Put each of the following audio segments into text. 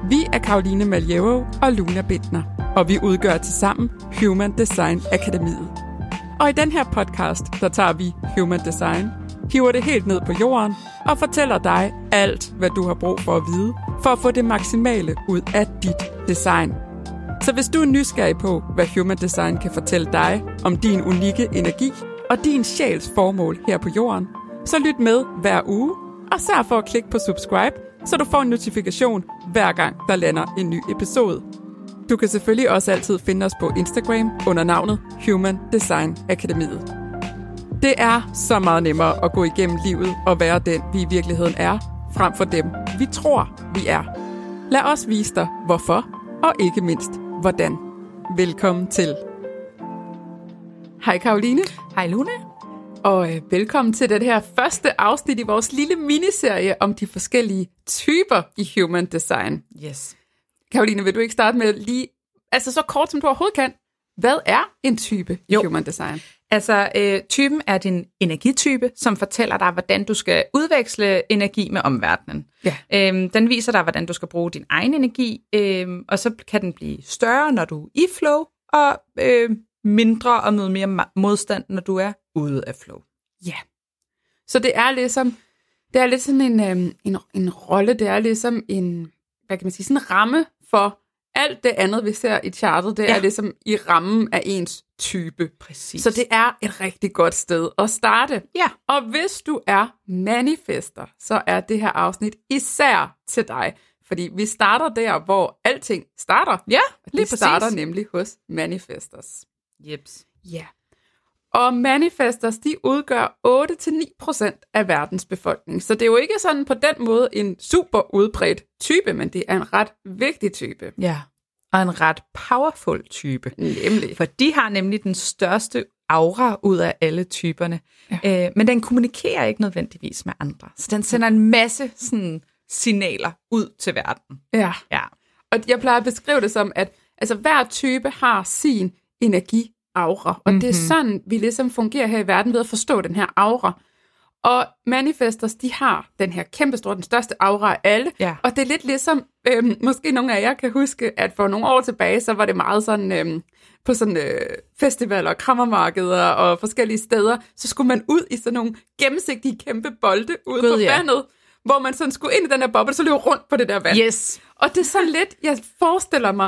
Vi er Caroline Maljevo og Luna Bintner, og vi udgør tilsammen Human Design Akademiet. Og i den her podcast, der tager vi Human Design, hiver det helt ned på jorden og fortæller dig alt, hvad du har brug for at vide, for at få det maksimale ud af dit design. Så hvis du er nysgerrig på, hvad Human Design kan fortælle dig om din unikke energi og din sjæls formål her på jorden, så lyt med hver uge, og sørg for at klikke på subscribe, så du får en notifikation hver gang, der lander en ny episode. Du kan selvfølgelig også altid finde os på Instagram under navnet Human Design Akademiet. Det er så meget nemmere at gå igennem livet og være den, vi i virkeligheden er, frem for dem, vi tror, vi er. Lad os vise dig, hvorfor, og ikke mindst, hvordan. Velkommen til. Hej Caroline. Hej Luna. Og velkommen til det her første afsnit i vores lille miniserie om de forskellige typer i Human Design. Yes. Caroline, vil du ikke starte med lige, altså så kort som du overhovedet kan, hvad er en type i Human Design? Altså, typen er din energitype, som fortæller dig, hvordan du skal udveksle energi med omverdenen. Ja. Den viser dig, hvordan du skal bruge din egen energi, og så kan den blive større, når du er i flow, og mindre og møde mere modstand, når du er ude af flow. Ja. Så det er ligesom, lidt sådan en rolle, det er ligesom en, hvad kan man sige, sådan en ramme for alt det andet, vi ser i chartet, det er ligesom i rammen af ens type. Præcis. Så det er et rigtig godt sted at starte. Ja. Og hvis du er manifester, så er det her afsnit især til dig. Fordi vi starter der, hvor alting starter. Ja, lige præcis. Det starter nemlig hos manifestors. Jeps. Ja. Og manifestors, de udgør 8-9% af verdens befolkning. Så det er jo ikke sådan på den måde en super udbredt type, men det er en ret vigtig type. Ja, og en ret powerful type. Nemlig. For de har nemlig den største aura ud af alle typerne. Ja. Men den kommunikerer ikke nødvendigvis med andre. Så den sender en masse sådan signaler ud til verden. Ja. Ja. Og jeg plejer at beskrive det som, at altså, hver type har sin energi-aura. Og det er sådan, vi ligesom fungerer her i verden ved at forstå den her aura. Og manifestors, de har den her kæmpestore, den største aura af alle. Ja. Og det er lidt ligesom, måske nogle af jer kan huske, at for nogle år tilbage, så var det meget sådan, på sådan festivaler, krammermarkeder og forskellige steder, så skulle man ud i sådan nogle gennemsigtige kæmpe bolde ude på vandet, hvor man sådan skulle ind i den her boble, så løb rundt på det der vand. Yes. Og det er sådan lidt, jeg forestiller mig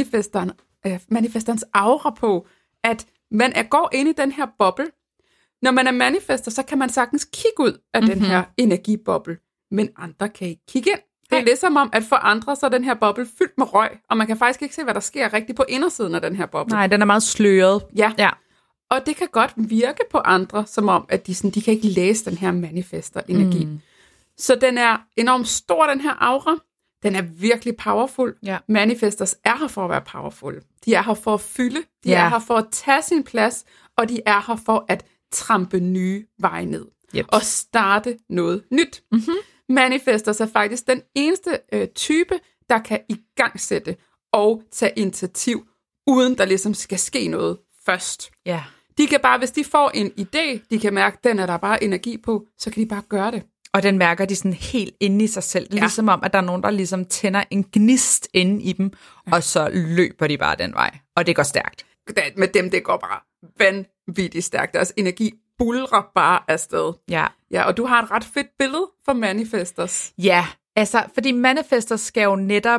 manifesterens aura på, at man går ind i den her boble. Når man er manifester, så kan man sagtens kigge ud af den her energiboble, men andre kan ikke kigge ind. Det er ligesom om, at for andre, så er den her boble fyldt med røg, og man kan faktisk ikke se, hvad der sker rigtigt på indersiden af den her boble. Nej, den er meget sløret. Ja. Og det kan godt virke på andre, som om, at de kan ikke læse den her manifester-energi. Så den er enormt stor, den her aura. Den er virkelig powerful. Ja. Manifestors er her for at være powerful. De er her for at fylde. De er her for at tage sin plads. Og de er her for at trampe nye veje ned. Yep. Og starte noget nyt. Manifestors er faktisk den eneste type, der kan igangsætte og tage initiativ, uden der ligesom skal ske noget først. Ja. De kan bare, hvis de får en idé, de kan mærke, den er der bare energi på, så kan de bare gøre det. Og den mærker de sådan helt inde i sig selv. Det er ligesom om, at der er nogen, der ligesom tænder en gnist inde i dem, og så løber de bare den vej. Og det går stærkt. Med dem, det går bare vanvittigt stærkt. Deres energi buldrer bare afsted. Ja. Ja, og du har et ret fedt billede for manifestors. Ja, altså, fordi manifestors skal jo netop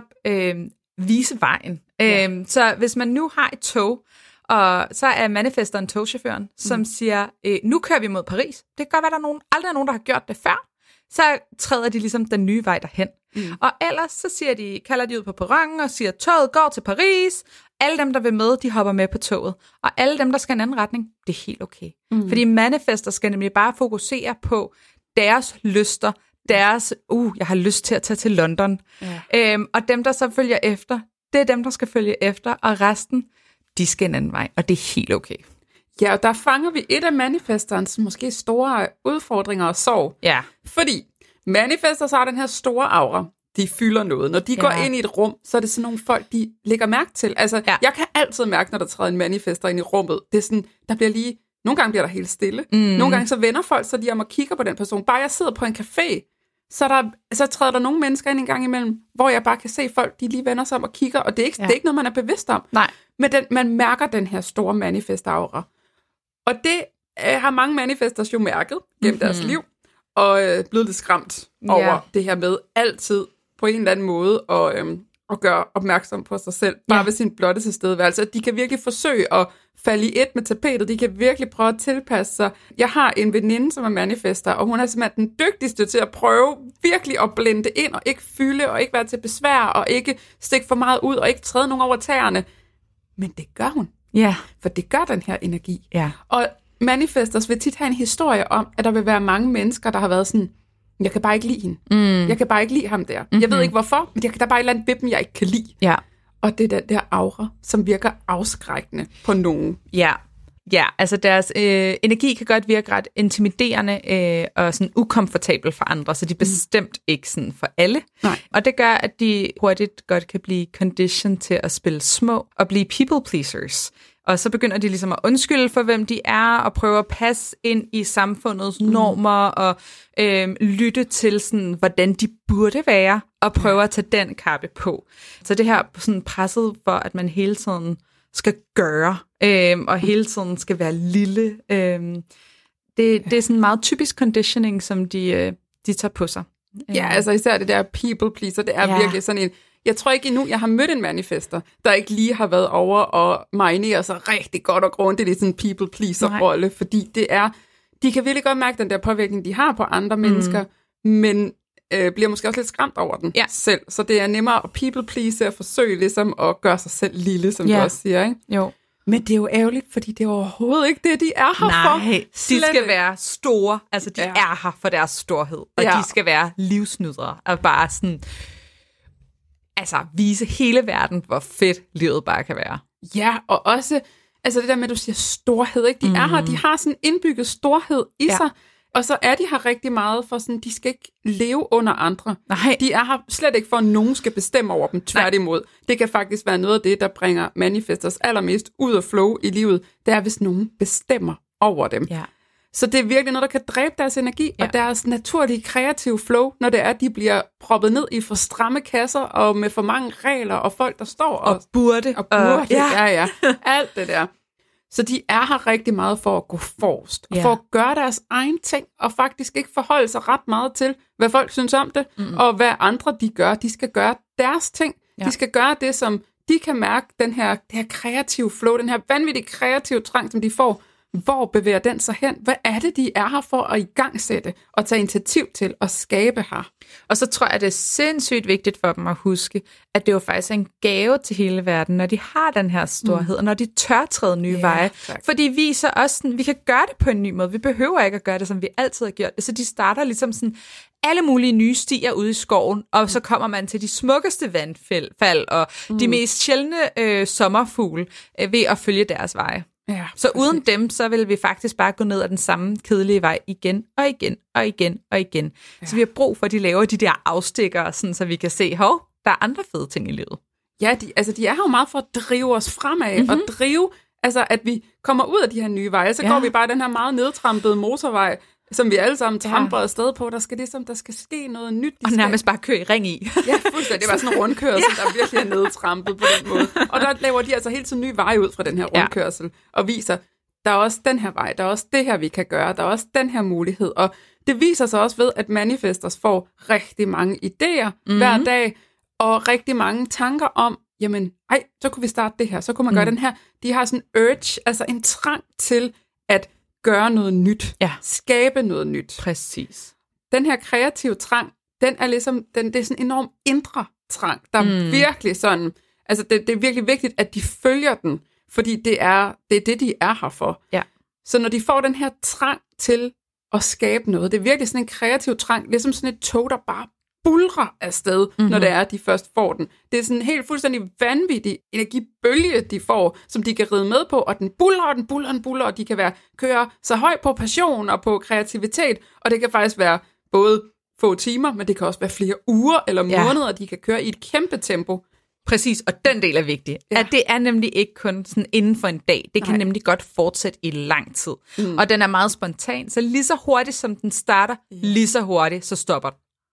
vise vejen. Så hvis man nu har et tog, og så er manifestoren togchaufføren, som siger, nu kører vi mod Paris. Det kan godt være, der aldrig er nogen, der har gjort det før. Så træder de ligesom den nye vej derhen. Og ellers så kalder de ud på perronen og siger, toget går til Paris. Alle dem, der vil med, de hopper med på toget. Og alle dem, der skal en anden retning, det er helt okay. Fordi manifester skal nemlig bare fokusere på deres lyster, deres, jeg har lyst til at tage til London. Ja. Og dem, der så følger efter, det er dem, der skal følge efter, og resten, de skal en anden vej, og det er helt okay. Ja, og der fanger vi et af manifesterens måske store udfordringer og sorg. Ja. Fordi manifester så har den her store aura. De fylder noget. Når de går ind i et rum, så er det sådan nogle folk, de lægger mærke til. Altså, jeg kan altid mærke, når der træder en manifester ind i rummet. Det er sådan, der bliver lige... Nogle gange bliver der helt stille. Nogle gange så vender folk, så de om og kigger på den person. Bare jeg sidder på en café, så træder der nogle mennesker ind en gang imellem, hvor jeg bare kan se folk, de lige vender sig om og kigger, og det er ikke noget, man er bevidst om. Nej. Men man mærker den her store manifest-aura. Og det har mange manifesters jo mærket gennem deres liv, og blevet lidt skræmt over det her med altid på en eller anden måde at gøre opmærksom på sig selv, bare ved sin blotte tilstedeværelse. De kan virkelig forsøge at falde i et med tapetet, de kan virkelig prøve at tilpasse sig. Jeg har en veninde, som er manifester, og hun er simpelthen den dygtigste til at prøve virkelig at blende ind, og ikke fylde, og ikke være til besvær, og ikke stikke for meget ud, og ikke træde nogen over tæerne. Men det gør hun. Ja. For det gør den her energi. Ja. Og manifestors vil tit have en historie om, at der vil være mange mennesker, der har været sådan, jeg kan bare ikke lide hende. Jeg kan bare ikke lide ham der. Jeg ved ikke hvorfor, men der er bare et eller andet ved dem, jeg ikke kan lide. Ja. Og det er den der aura, som virker afskrækkende på nogen. Ja, altså deres energi kan godt virke ret intimiderende og sådan ukomfortabel for andre, så de er bestemt ikke sådan for alle. Nej. Og det gør, at de hurtigt godt kan blive conditioned til at spille små og blive people pleasers. Og så begynder de ligesom at undskylde for, hvem de er, og prøve at passe ind i samfundets normer, og lytte til, sådan, hvordan de burde være, og prøve at tage den kappe på. Så det her sådan presset for, at man hele tiden skal gøre, og hele tiden skal være lille, det er sådan meget typisk conditioning, som de tager på sig. Ja, altså især det der people pleaser, det er virkelig sådan en... Jeg tror ikke endnu, jeg har mødt en manifester, der ikke lige har været over og marinere sig rigtig godt og grundigt i sådan en people pleaser-rolle, fordi det er... De kan virkelig godt mærke den der påvirkning, de har på andre mennesker, men bliver måske også lidt skræmt over den selv. Så det er nemmere at people please og forsøge ligesom at gøre sig selv lille, som du også siger, ikke? Jo. Men det er jo ærgerligt, fordi det er overhovedet ikke det, de er her for. Nej, de skal være store. Altså, de er her for deres storhed. Og de skal være livsnydere. Og bare sådan... Altså, vise hele verden, hvor fedt livet bare kan være. Ja, og også... Altså, det der med, at du siger storhed, ikke? De er her, de har sådan indbygget storhed i sig. Og så er de her rigtig meget for sådan, de skal ikke leve under andre. Nej. De er her slet ikke for, at nogen skal bestemme over dem, tværtimod. Det kan faktisk være noget af det, der bringer manifestors allermest ud af flow i livet. Det er, hvis nogen bestemmer over dem. Ja. Så det er virkelig noget, der kan dræbe deres energi og deres naturlige kreative flow, når det er, at de bliver proppet ned i for stramme kasser og med for mange regler og folk, der står og burde. Ja. Alt det der. Så de er her rigtig meget for at gå forrest, og for at gøre deres egen ting, og faktisk ikke forholde sig ret meget til, hvad folk synes om det, og hvad andre de gør. De skal gøre deres ting. Ja. De skal gøre det, som de kan mærke, det her kreative flow, den her vanvittige kreative trang, som de får. Hvor bevæger den sig hen? Hvad er det, de er her for at igangsætte og tage initiativ til at skabe her? Og så tror jeg, det er sindssygt vigtigt for dem at huske, at det jo faktisk er en gave til hele verden, når de har den her storhed, og når de tør træde nye veje. Tak. For de viser også, at vi kan gøre det på en ny måde. Vi behøver ikke at gøre det, som vi altid har gjort. Så de starter ligesom sådan alle mulige nye stier ude i skoven, og så kommer man til de smukkeste vandfald og de mest sjældne sommerfugle ved at følge deres veje. Ja, så uden dem, så vil vi faktisk bare gå ned ad den samme kedelige vej igen og igen og igen og igen. Ja. Så vi har brug for, at de laver de der afstikkere, sådan, så vi kan se, der er andre fede ting i livet. Ja, de er her jo meget for at drive os fremad, og drive, altså at vi kommer ud af de her nye veje, så går vi bare den her meget nedtrampede motorvej, som vi alle sammen tramper afsted på. Der skal ske noget nyt. Og nærmest bare køre i ring i. Ja, fuldstændig. Det var sådan en rundkørsel, der virkelig er nedtrampet på den måde. Og der laver de altså hele tiden nye veje ud fra den her rundkørsel, og viser, der er også den her vej, der er også det her, vi kan gøre, der er også den her mulighed. Og det viser sig også ved, at manifestors får rigtig mange idéer hver dag, og rigtig mange tanker om, jamen, så kunne vi starte det her, så kunne man gøre den her. De har sådan en urge, altså en trang til at gøre noget nyt. Ja. Skabe noget nyt. Præcis. Den her kreative trang, den er ligesom, det er sådan en enorm indre trang, der er virkelig sådan, altså det er virkelig vigtigt, at de følger den, fordi det er det, de er her for. Ja. Så når de får den her trang til at skabe noget, det er virkelig sådan en kreativ trang, ligesom sådan et tog, der bare bulrer afsted, når det er, at de først får den. Det er sådan en helt fuldstændig vanvittig energibølge, de får, som de kan ride med på, og den buller, og de kan køre så højt på passion og på kreativitet, og det kan faktisk være både få timer, men det kan også være flere uger eller måneder, de kan køre i et kæmpe tempo. Præcis, og den del er vigtig. Ja. At det er nemlig ikke kun sådan inden for en dag. Det kan nemlig godt fortsætte i lang tid. Og den er meget spontan, så lige så hurtigt som den starter, lige så hurtigt så stopper den.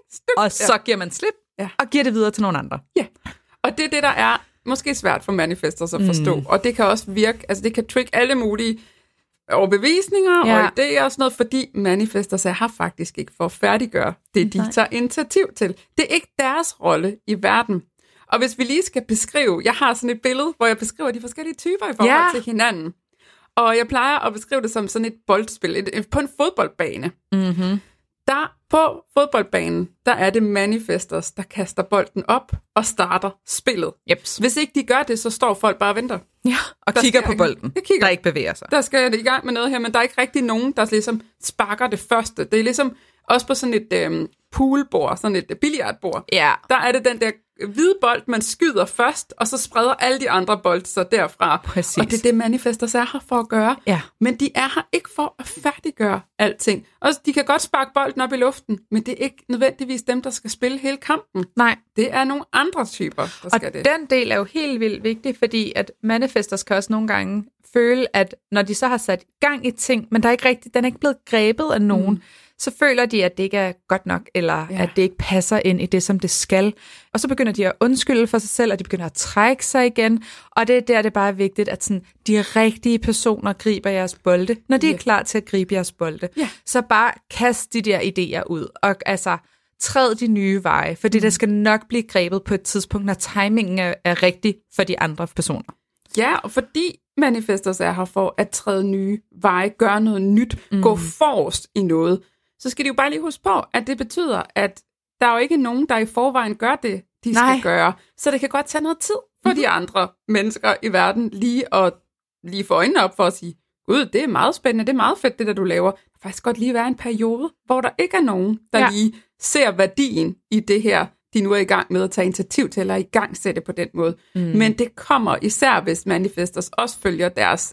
og så giver man slip, og giver det videre til nogle andre. Ja, og det er det, der er måske svært for manifestors at forstå, og det kan også virke, altså det kan trigge alle mulige overbevisninger og idéer og sådan noget, fordi manifestors har faktisk ikke for at færdiggøre det, de tager initiativ til. Det er ikke deres rolle i verden. Og hvis vi lige skal beskrive, jeg har sådan et billede, hvor jeg beskriver de forskellige typer i forhold til hinanden. Og jeg plejer at beskrive det som sådan et boldspil, på en fodboldbane. Mm-hmm. Der på fodboldbanen, der er det manifestors, der kaster bolden op og starter spillet. Jeps. Hvis ikke de gør det, så står folk bare og venter. Ja, og kigger på bolden, der ikke bevæger sig. Der skal jeg i gang med noget her, men der er ikke rigtig nogen, der ligesom sparker det første. Det er ligesom også på sådan et poolbord, sådan et billiardbord. Ja. Der er det den der hvide bold, man skyder først, og så spreder alle de andre bolde sig derfra. Præcis. Og det er det, manifestors er her for at gøre. Ja. Men de er her ikke for at færdiggøre alting. Også, de kan godt sparke bolden op i luften, men det er ikke nødvendigvis dem, der skal spille hele kampen. Nej. Det er nogle andre typer, der skal det. Og den del er jo helt vildt vigtig, fordi at manifestors kan også nogle gange føle, at når de så har sat gang i ting, men der er ikke rigtigt, den er ikke blevet grebet af nogen, så føler de, at det ikke er godt nok, eller at det ikke passer ind i det, som det skal. Og så begynder de at undskylde for sig selv, og de begynder at trække sig igen. Og det er der, det bare er vigtigt, at sådan, de rigtige personer griber jeres bolde, når de er klar til at gribe jeres bolde. Yeah. Så bare kast de der idéer ud, og altså træd de nye veje, fordi der skal nok blive grebet på et tidspunkt, når timingen er rigtig for de andre personer. Ja, og fordi manifestors er her for at træde nye veje, gøre noget nyt, gå forrest i noget, så skal de jo bare lige huske på, at det betyder, at der er jo ikke nogen, der i forvejen gør det, de skal gøre. Så det kan godt tage noget tid for de andre mennesker i verden lige at få øjnene op for at sige, gud, det er meget spændende, det er meget fedt, det der du laver. Der kan faktisk godt lige være en periode, hvor der ikke er nogen, der lige ser værdien i det her, de nu er i gang med at tage initiativ til, eller i gang sætte på den måde. Men det kommer især, hvis manifestors også følger deres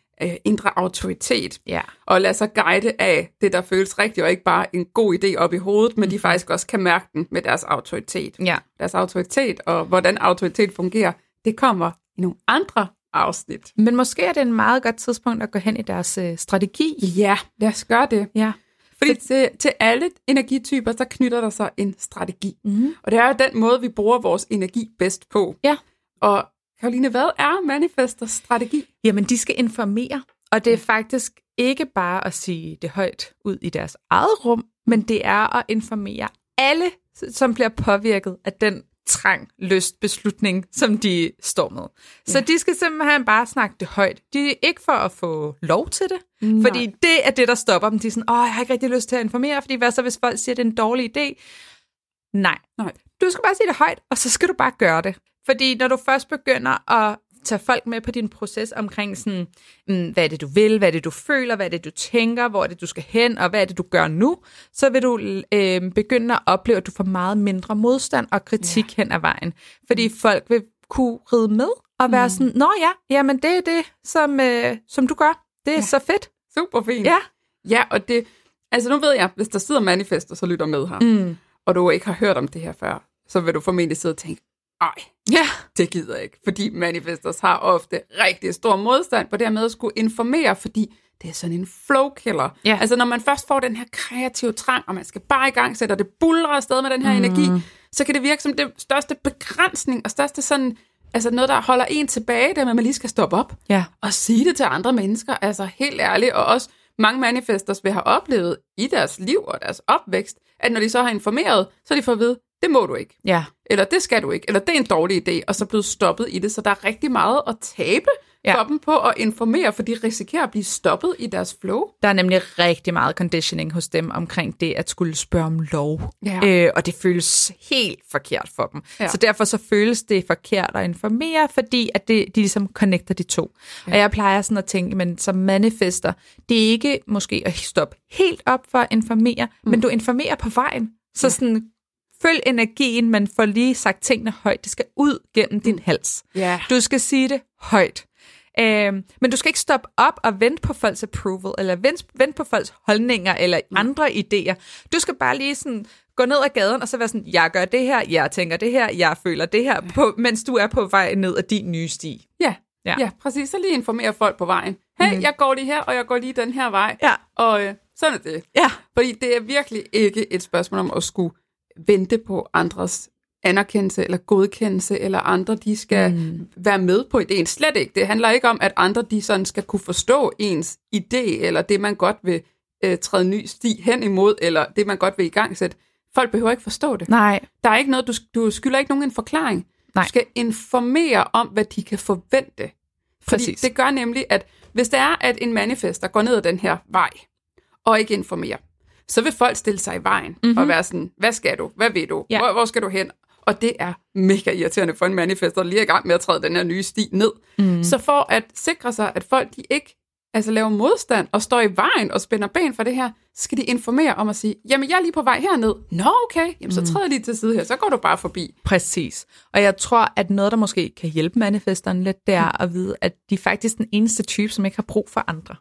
indre autoritet, og lader sig guide af det, der føles rigtigt, og ikke bare en god idé op i hovedet, men de faktisk også kan mærke den med deres autoritet. Ja. Deres autoritet, og hvordan autoritet fungerer, det kommer i nogle andre afsnit. Men måske er det en meget godt tidspunkt at gå hen i deres strategi. Ja, lad os gøre det. Ja. Fordi til alle energityper, der knytter der sig en strategi. Og det er jo den måde, vi bruger vores energi bedst på. Ja. Og Caroline, hvad er manifestors strategi? Jamen, de skal informere, og det er faktisk ikke bare at sige det højt ud i deres eget rum, men det er at informere alle, som bliver påvirket af den trang, lyst, beslutning, som de står med. Så de skal simpelthen bare snakke det højt. De er ikke for at få lov til det, fordi det er det, der stopper dem. De er sådan, jeg har ikke rigtig lyst til at informere, fordi hvad så, hvis folk siger, at det er en dårlig idé? Nej. Du skal bare sige det højt, og så skal du bare gøre det. Fordi når du først begynder at tage folk med på din proces omkring sådan, hvad er det, du vil, hvad er det, du føler, hvad er det, du tænker, hvor er det, du skal hen, og hvad er det, du gør nu, så vil du begynde at opleve, at du får meget mindre modstand og kritik hen ad vejen. Fordi folk vil kunne ride med og være sådan, nå ja, men det er det, som du gør. Det er så fedt. Super fint. Ja, og det, altså nu ved jeg, hvis der sidder manifester, så lytter med her, og du ikke har hørt om det her før, så vil du formentlig sidde og tænke, det gider jeg ikke. Fordi manifestors har ofte rigtig stor modstand på det her med at skulle informere, fordi det er sådan en flow-killer. Altså når man først får den her kreative trang, og man skal bare i gang sætte, og det buldrer afsted med den her energi, så kan det virke som det største begrænsning, og største sådan, altså noget, der holder en tilbage, der man lige skal stoppe op og sige det til andre mennesker. Altså helt ærligt, og også mange manifestors vil have oplevet i deres liv og deres opvækst, at når de så har informeret, så de får at vide, det må du ikke. Eller det skal du ikke. Eller det er en dårlig idé, og så blevet stoppet i det. Så der er rigtig meget at tabe for dem på at informere, for de risikerer at blive stoppet i deres flow. Der er nemlig rigtig meget conditioning hos dem omkring det at skulle spørge om lov. Og det føles helt forkert for dem. Så derfor så føles det forkert at informere, fordi at de ligesom connecter de to. Og jeg plejer sådan at tænke, men som manifester, det er ikke måske at stoppe helt op for at informere, men du informerer på vejen. Så sådan følg energien, men får lige sagt tingene højt. Det skal ud gennem din hals. Du skal sige det højt. Men du skal ikke stoppe op og vente på folks approval, eller vente på folks holdninger, eller andre idéer. Du skal bare lige sådan gå ned ad gaden, og så være sådan, jeg gør det her, jeg tænker det her, jeg føler det her, mens du er på vej ned ad din nye sti. Ja, præcis. Så lige informere folk på vejen. Hey, jeg går lige her, og jeg går lige den her vej. Og sådan er det. Fordi det er virkelig ikke et spørgsmål om at skulle vente på andres anerkendelse eller godkendelse, eller andre, de skal være med på idéen. Slet ikke. Det handler ikke om, at andre, de sådan skal kunne forstå ens idé, eller det, man godt vil træde ny sti hen imod, eller det, man godt vil i gang sætte. Folk behøver ikke forstå det. Nej. Der er ikke noget, du skylder ikke nogen en forklaring. Nej. Du skal informere om, hvad de kan forvente. Fordi Præcis. det gør nemlig, at hvis det er, at en manifester går ned ad den her vej, og ikke informerer, så vil folk stille sig i vejen og være sådan, hvad skal du? Hvad vil du? Ja. Hvor skal du hen? Og det er mega irriterende for en manifester, der lige er i gang med at træde den her nye sti ned. Så for at sikre sig, at folk de ikke laver modstand og står i vejen og spænder ben for det her, så skal de informere om at sige, jamen jeg er lige på vej herned. Nå okay, jamen så træder jeg lige til side her, så går du bare forbi. Præcis. Og jeg tror, at noget, der måske kan hjælpe manifesteren lidt, det er at vide, at de er faktisk den eneste type, som ikke har brug for andre.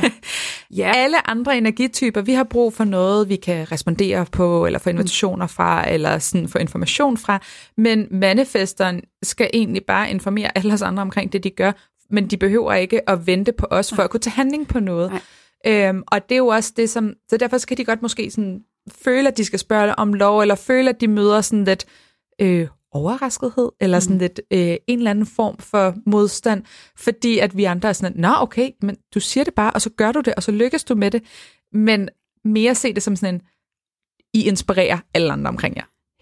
Ja. Alle andre energityper, vi har brug for noget, vi kan respondere på, eller få invitationer fra, eller sådan få information fra. Men manifesteren skal egentlig bare informere alle os andre omkring det, de gør, men de behøver ikke at vente på os for at kunne tage handling på noget. Og det er jo også det, som... Så derfor skal de godt måske sådan føle, at de skal spørge om lov, eller føle, at de møder sådan lidt overraskethed, eller sådan lidt en eller anden form for modstand, fordi at vi andre er sådan, nå okay, men du siger det bare, og så gør du det, og så lykkes du med det. Men mere se det som sådan en, I inspirerer alle andre omkring jer.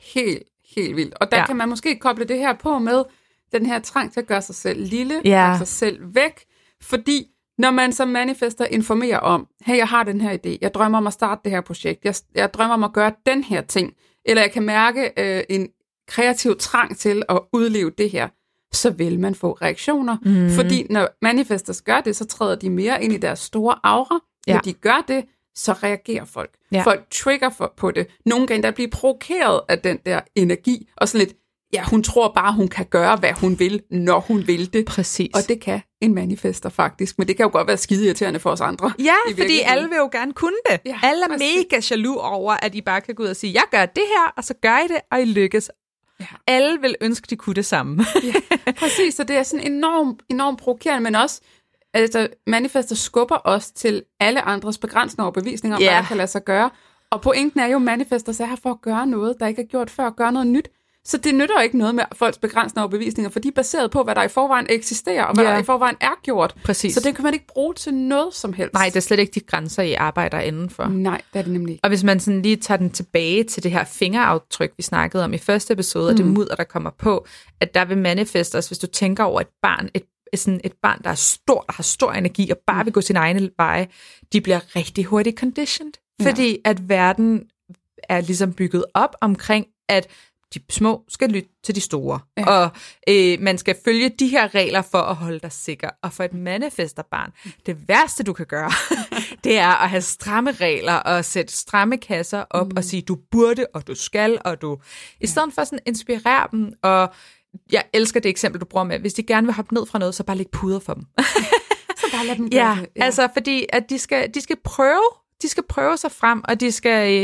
Helt vildt. Og der kan man måske koble det her på med den her trang til at gøre sig selv lille, gøre sig selv væk, fordi når man som manifester informerer om, hey, jeg har den her idé, jeg drømmer om at starte det her projekt, jeg drømmer om at gøre den her ting, eller jeg kan mærke en kreativ trang til at udleve det her, så vil man få reaktioner. Fordi når manifestors gør det, så træder de mere ind i deres store aura. Når de gør det, så reagerer folk. Folk trigger på det. Nogle gange der bliver provokeret af den der energi, og sådan lidt, hun tror bare, hun kan gøre, hvad hun vil, når hun vil det. Præcis. Og det kan en manifester faktisk, men det kan jo godt være skide irriterende for os andre. Ja, fordi alle vil jo gerne kunne det. Ja, alle er mega jaloux over, at I bare kan gå ud og sige, jeg gør det her, og så gør I det, og I lykkes. Ja. Alle vil ønske, de kunne det samme. Præcis, så det er sådan enormt provokerende, men også, altså manifester skubber os til alle andres begrænsende overbevisninger om, hvad der kan lade sig gøre. Og pointen er jo, manifester er her for at gøre noget, der ikke er gjort før, gøre noget nyt. Så det nytter ikke noget med folks begrænsende overbevisninger, for de er baseret på, hvad der i forvejen eksisterer, og hvad der i forvejen er gjort. Præcis. Så det kan man ikke bruge til noget som helst. Nej, det er slet ikke de grænser, I arbejder indenfor. Nej, det er det nemlig ikke. Og hvis man sådan lige tager den tilbage til det her fingeraftryk, vi snakkede om i første episode, og det mudder, der kommer på, at der vil manifestes, hvis du tænker over et barn, et barn, der er stort og har stor energi, og bare vil gå sin egne veje, de bliver rigtig hurtigt conditioned. Fordi at verden er ligesom bygget op omkring, at de små skal lytte til de store. Ja. Og man skal følge de her regler for at holde dig sikker. Og for et manifesterbarn, det værste du kan gøre, det er at have stramme regler og sætte stramme kasser op og sige, du burde, og du skal, og du... I stedet for sådan inspirere dem, og jeg elsker det eksempel, du bruger med, hvis de gerne vil hoppe ned fra noget, så bare læg puder for dem. Så bare lad dem gøre det. Altså fordi, at de skal prøve sig frem, og de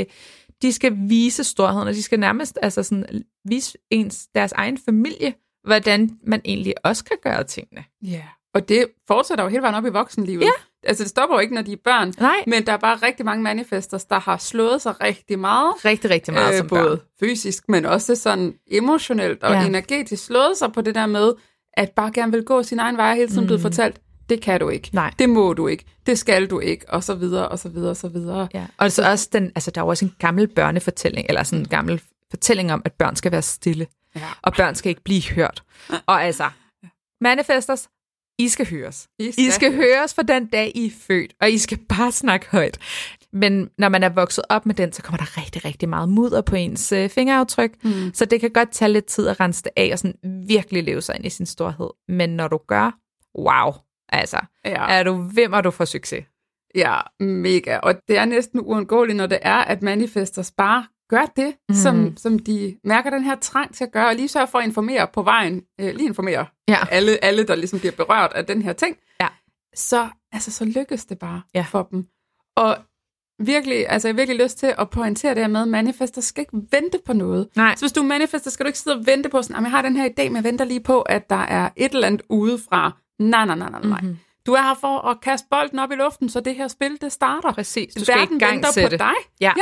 skal vise storheden, og de skal nærmest vise deres egen familie, hvordan man egentlig også kan gøre tingene. Ja, og det fortsætter jo hele vejen op i voksenlivet. Ja. Altså det stopper jo ikke, når de er børn. Nej. Men der er bare rigtig mange manifestors, der har slået sig rigtig meget. Rigtig meget som børn. Både fysisk, men også sådan emotionelt og energetisk slået sig på det der med, at bare gerne vil gå sin egen vej, hele tiden blevet fortalt, det kan du ikke, det må du ikke, det skal du ikke, og så videre, og så videre, og så videre. Ja. Og så også der er jo også en gammel børnefortælling, eller sådan en gammel fortælling om, at børn skal være stille, og børn skal ikke blive hørt. Og altså, manifestors, I skal høres. I skal høres for den dag, I er født, og I skal bare snakke højt. Men når man er vokset op med den, så kommer der rigtig, rigtig meget mudder på ens fingeraftryk, så det kan godt tage lidt tid at rense det af, og sådan virkelig leve sig ind i sin storhed. Men når du gør, wow, altså, hvem er du for succes? Ja, mega. Og det er næsten uundgåeligt, når det er, at manifestors bare gør det, som de mærker den her trang til at gøre, og lige sørge for at informere på vejen, lige informere alle, der ligesom bliver berørt af den her ting, så lykkes det bare for dem. Og virkelig, jeg har virkelig lyst til at pointere det her med, at manifester skal ikke vente på noget. Nej. Så hvis du er manifester, skal du ikke sidde og vente på sådan, jeg har den her idé, men jeg venter lige på, at der er et eller andet udefra. Nej. Du er her for at kaste bolden op i luften, så det her spil, det starter. Præcis. Du skal verden i gang venter på dig. Ja.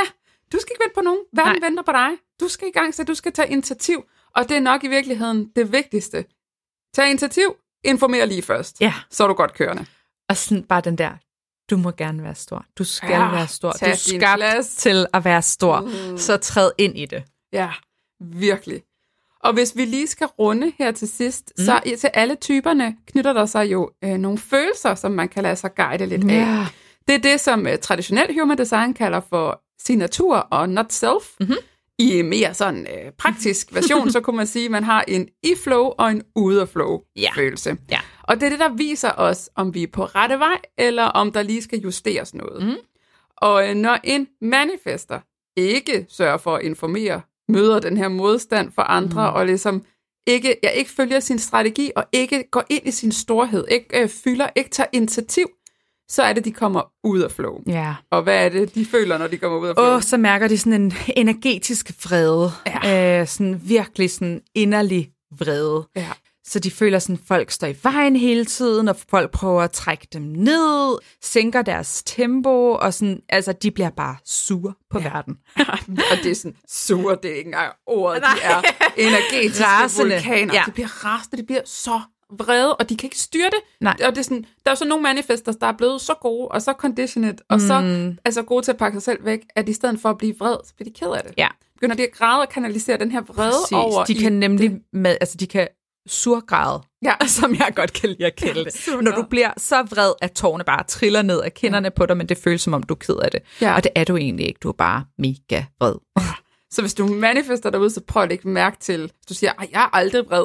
Du skal ikke vente på nogen. Verden venter på dig. Du skal i gang, så du skal tage initiativ. Og det er nok i virkeligheden det vigtigste. Tag initiativ, informer lige først. Ja. Så er du godt kørende. Og sådan bare den der, du må gerne være stor. Du skal være stor. Du er skabt plads til at være stor. Så træd ind i det. Ja, virkelig. Og hvis vi lige skal runde her til sidst, så til alle typerne knytter der sig jo nogle følelser, som man kan lade sig guide lidt af. Det er det, som traditionel human design kalder for signatur og not self. I mere sådan praktisk version, så kunne man sige, at man har en i-flow og en ude-af-flow-følelse. Ja. Og det er det, der viser os, om vi er på rette vej, eller om der lige skal justeres noget. Og når en manifester ikke sørger for at informere, møder den her modstand for andre, og ligesom ikke følger sin strategi, og ikke går ind i sin storhed, ikke tager initiativ, så er det, de kommer ud af flow. Ja. Og hvad er det, de føler, når de kommer ud af flow? Så mærker de sådan en energetisk vrede. Ja. Sådan virkelig sådan inderlig vrede. Ja. Så de føler sådan, at folk står i vejen hele tiden, og folk prøver at trække dem ned, sænker deres tempo, og sådan, altså, de bliver bare sure på verden. Og det er sådan, sure, det er ikke engang ordet, de er energetiske rasende vulkaner. Ja. De bliver rasende, de bliver så vrede, og de kan ikke styre det. Nej. Og det er sådan, der er jo så nogle manifesters, der er blevet så gode, og så conditioned, og så gode til at pakke sig selv væk, at i stedet for at blive vred, så bliver de ked af det. Ja. Begynder de at græde og kanalisere den her vrede over de kan nemlig de kan surgræde, som jeg godt kan lide at kalde det. Når du bliver så vred, at tårerne bare triller ned af kinderne på dig, men det føles som om, du er ked af det. Ja. Og det er du egentlig ikke. Du er bare mega vred. Så hvis du manifester derude, så prøv at lægge mærke til, hvis du siger, jeg er aldrig vred,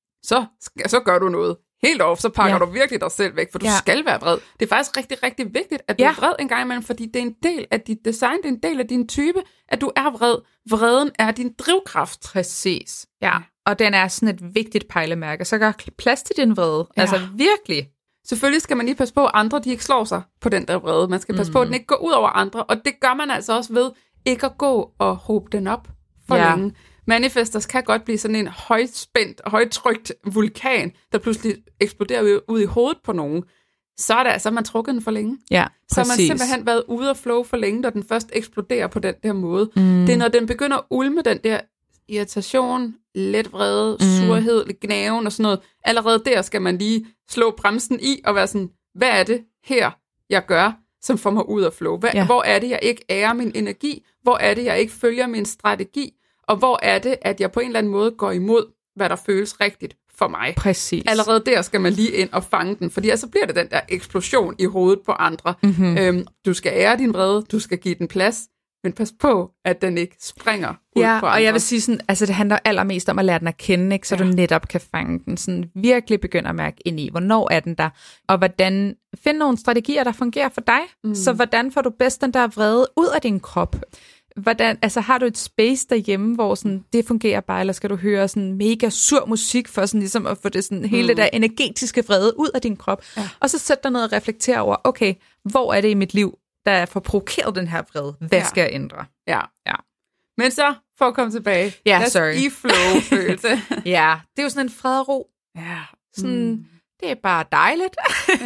så gør du noget helt off, så pakker du virkelig dig selv væk, for du skal være vred. Det er faktisk rigtig, rigtig vigtigt, at du er vred en gang imellem, fordi det er en del af dit design, det er en del af din type, at du er vred. Vreden er din drivkraft. Præcis. Ja. Og den er sådan et vigtigt pejlemærke. Så gør plads til din vrede. Ja. Altså virkelig. Selvfølgelig skal man lige passe på, at andre de ikke slår sig på den der vrede. Man skal passe på, at den ikke går ud over andre. Og det gør man altså også ved ikke at gå og hobe den op for længe. Manifestors kan godt blive sådan en højspændt, højtrykt vulkan, der pludselig eksploderer ud i hovedet på nogen. Så er det altså, man trukket den for længe. Ja, så har man simpelthen været ude af flow for længe, når den først eksploderer på den der måde. Det er, når den begynder at ulme den der irritation, let vrede, surhed, gnaven og sådan noget. Allerede der skal man lige slå bremsen i og være sådan, hvad er det her, jeg gør, som får mig ud af flow? Hvor er det, jeg ikke ærer min energi? Hvor er det, jeg ikke følger min strategi? Og hvor er det, at jeg på en eller anden måde går imod, hvad der føles rigtigt for mig? Præcis. Allerede der skal man lige ind og fange den, fordi så bliver det den der eksplosion i hovedet på andre. Du skal ære din vrede, du skal give den plads, men pas på, at den ikke springer ud på andre. Og jeg vil sige sådan, altså det handler allermest om at lære den at kende, ikke? Så du netop kan fange den, sådan virkelig begynde at mærke ind i, hvornår er den der, og hvordan finde nogle strategier, der fungerer for dig. Så hvordan får du bedst den der vrede ud af din krop? Hvordan, altså har du et space derhjemme, hvor sådan, det fungerer bare, eller skal du høre sådan mega sur musik for sådan ligesom at få det sådan hele det der energetiske vrede ud af din krop, og så sæt dig ned og reflektere over, okay, hvor er det i mit liv, der får provokeret den her vrede? Hvad skal jeg ændre? Ja. Men så, for at komme tilbage, i flow-følelse. Det er jo sådan en fred og ro. Sådan, det er bare dejligt.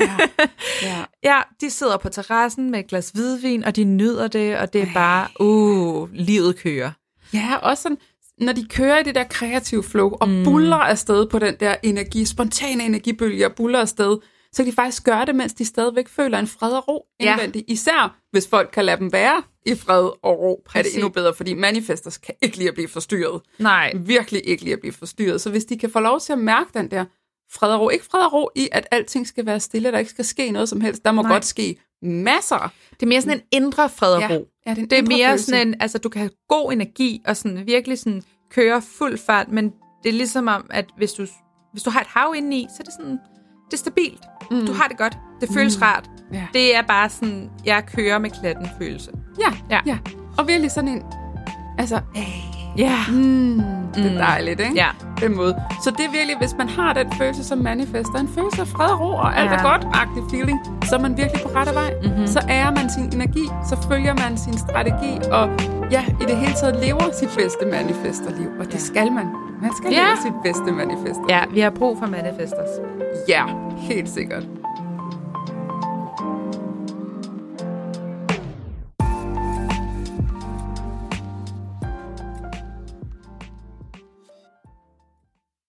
De sidder på terrassen med et glas hvidvin, og de nyder det, og det er bare, livet kører. Ja, også sådan, når de kører i det der kreative flow, og buller afsted på den der spontane energibølge, og buller afsted, så kan de faktisk gøre det, mens de stadigvæk føler en fred og ro indvendigt. Især hvis folk kan lade dem være i fred og ro, er det endnu bedre, fordi manifestors kan ikke lide at blive forstyrret. Nej. Virkelig ikke lide at blive forstyrret. Så hvis de kan få lov til at mærke den der fred og ro, ikke fred og ro i, at alting skal være stille, der ikke skal ske noget som helst. Der må godt ske masser. Det er mere sådan en indre fred og ro. Ja, det er mere følelse. Sådan en, altså du kan have god energi og sådan virkelig sådan køre fuld fart, men det er ligesom om, at hvis du har et hav indeni, så er det sådan, det er stabilt. Du har det godt. Det føles rart. Ja. Det er bare sådan, jeg kører med klatten følelse. Ja. Og virkelig sådan en, altså, det er dejligt, ikke? Ja. Den måde. Så det er virkelig, hvis man har den følelse som manifester, en følelse af fred og ro og alt er godt-agtig feeling, så er man virkelig på rette vej. Så ærer man sin energi, så følger man sin strategi, og i det hele taget lever sit bedste manifesterliv. Og det skal man. Man skal leve sit bedste manifester. Ja, vi har brug for manifestors. Ja, helt sikkert.